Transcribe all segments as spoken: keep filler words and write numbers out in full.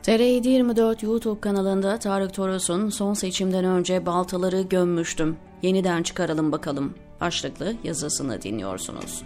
T R yedi yirmi dört YouTube kanalında Tarık Toros'un "Son seçimden önce baltaları gömmüştüm. Yeniden çıkaralım bakalım" başlıklı yazısını dinliyorsunuz.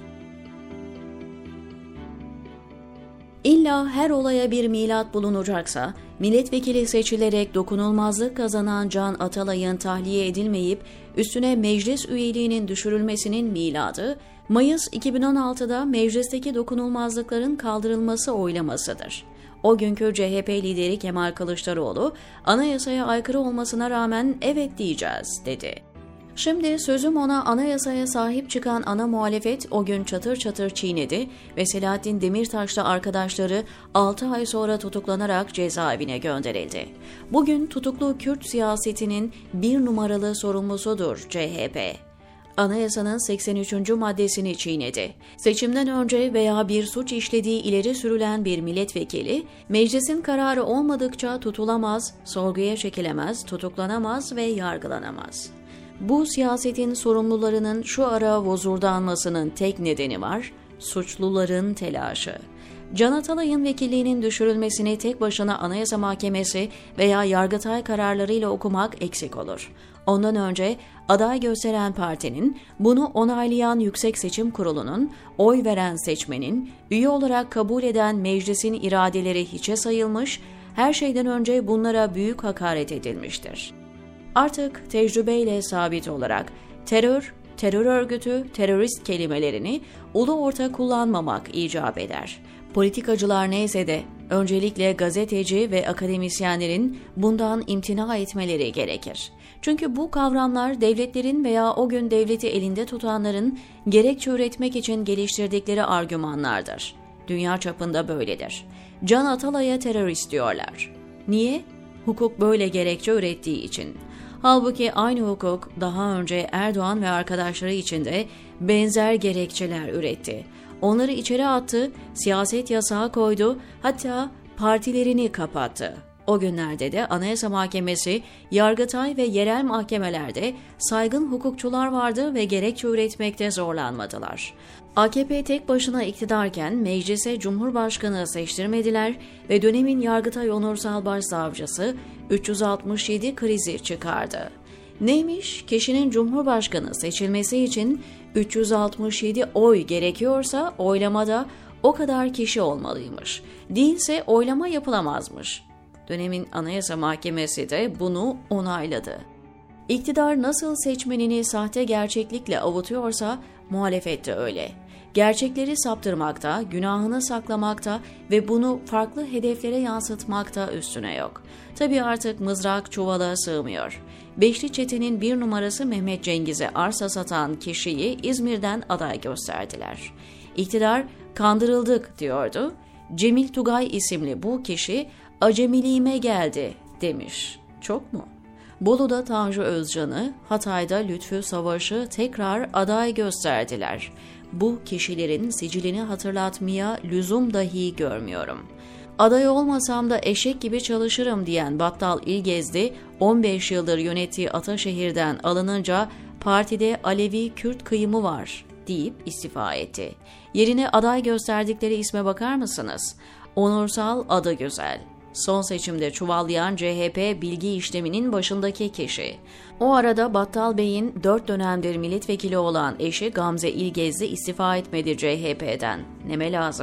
İlla her olaya bir milat bulunacaksa, milletvekili seçilerek dokunulmazlık kazanan Can Atalay'ın tahliye edilmeyip üstüne meclis üyeliğinin düşürülmesinin miladı, Mayıs iki bin on altıda meclisteki dokunulmazlıkların kaldırılması oylamasıdır. O günkü C H P lideri Kemal Kılıçdaroğlu, anayasaya aykırı olmasına rağmen evet diyeceğiz dedi. Şimdi sözüm ona anayasaya sahip çıkan ana muhalefet o gün çatır çatır çiğnedi ve Selahattin Demirtaş'la arkadaşları altı ay sonra tutuklanarak cezaevine gönderildi. Bugün tutuklu Kürt siyasetinin bir numaralı sorumlusudur C H P. Anayasanın seksen üçüncü maddesini çiğnedi. Seçimden önce veya bir suç işlediği ileri sürülen bir milletvekili, meclisin kararı olmadıkça tutulamaz, sorguya çekilemez, tutuklanamaz ve yargılanamaz. Bu siyasetin sorumlularının şu ara vozurdanmasının tek nedeni var, suçluların telaşı. Can Atalay'ın vekilliğinin düşürülmesini tek başına Anayasa Mahkemesi veya Yargıtay kararlarıyla okumak eksik olur. Ondan önce aday gösteren partinin, bunu onaylayan Yüksek Seçim Kurulu'nun, oy veren seçmenin, üye olarak kabul eden meclisin iradeleri hiçe sayılmış, her şeyden önce bunlara büyük hakaret edilmiştir. Artık tecrübeyle sabit olarak terör, terör örgütü, terörist kelimelerini ulu orta kullanmamak icap eder. Politikacılar neyse de öncelikle gazeteci ve akademisyenlerin bundan imtina etmeleri gerekir. Çünkü bu kavramlar devletlerin veya o gün devleti elinde tutanların gerekçe üretmek için geliştirdikleri argümanlardır. Dünya çapında böyledir. Can Atalay'a terörist diyorlar. Niye? Hukuk böyle gerekçe ürettiği için. Halbuki aynı hukuk daha önce Erdoğan ve arkadaşları için de benzer gerekçeler üretti. Onları içeri attı, siyaset yasağı koydu, hatta partilerini kapattı. O günlerde de Anayasa Mahkemesi, Yargıtay ve yerel mahkemelerde saygın hukukçular vardı ve gerekçe üretmekte zorlanmadılar. A K P tek başına iktidarken meclise Cumhurbaşkanı seçtirmediler ve dönemin Yargıtay Onursal Başsavcısı üç yüz altmış yedi krizi çıkardı. Neymiş? Kişinin Cumhurbaşkanı seçilmesi için üç yüz altmış yedi oy gerekiyorsa oylamada o kadar kişi olmalıymış. Değilse oylama yapılamazmış. Dönemin Anayasa Mahkemesi de bunu onayladı. İktidar nasıl seçmenini sahte gerçeklikle avutuyorsa muhalefet de öyle. Gerçekleri saptırmakta, günahını saklamakta ve bunu farklı hedeflere yansıtmakta üstüne yok. Tabii artık mızrak çuvala sığmıyor. Beşli çetenin bir numarası Mehmet Cengiz'e arsa satan kişiyi İzmir'den aday gösterdiler. İktidar kandırıldık diyordu. Cemil Tugay isimli bu kişi acemiliğime geldi demiş. Çok mu? Bolu'da Tanju Özcan'ı, Hatay'da Lütfü Savaş'ı tekrar aday gösterdiler. Bu kişilerin sicilini hatırlatmaya lüzum dahi görmüyorum. Aday olmasam da eşek gibi çalışırım diyen Battal İlgezdi, on beş yıldır yönettiği Ataşehir'den alınınca partide Alevi Kürt kıyımı var deyip istifa etti. Yerine aday gösterdikleri isme bakar mısınız? Onursal adı güzel. Son seçimde çuvallayan C H P bilgi işleminin başındaki kişi. O arada Battal Bey'in dört dönemdir milletvekili olan eşi Gamze İlgezdi istifa etmedi C H P'den. Neme lazım?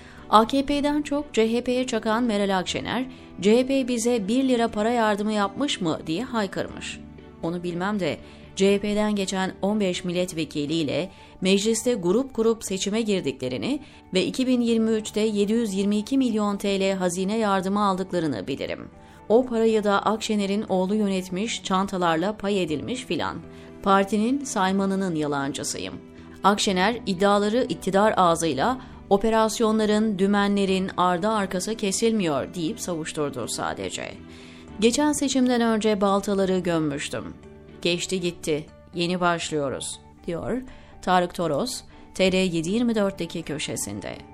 A K P'den çok C H P'ye çakan Meral Akşener, C H P bize bir lira para yardımı yapmış mı diye haykırmış. Onu bilmem de C H P'den geçen on beş milletvekiliyle mecliste grup grup seçime girdiklerini ve iki bin yirmi üçte yedi yüz yirmi iki milyon T L hazine yardımı aldıklarını bilirim. O parayı da Akşener'in oğlu yönetmiş, çantalarla pay edilmiş filan. Partinin saymanının yalancısıyım. Akşener iddiaları iktidar ağzıyla operasyonların, dümenlerin ardı arkası kesilmiyor deyip savuşturdu sadece. Geçen seçimden önce baltaları gömmüştüm. Geçti gitti, yeni başlıyoruz, diyor Tarık Toros, T R yedi yirmi dörtteki köşesinde.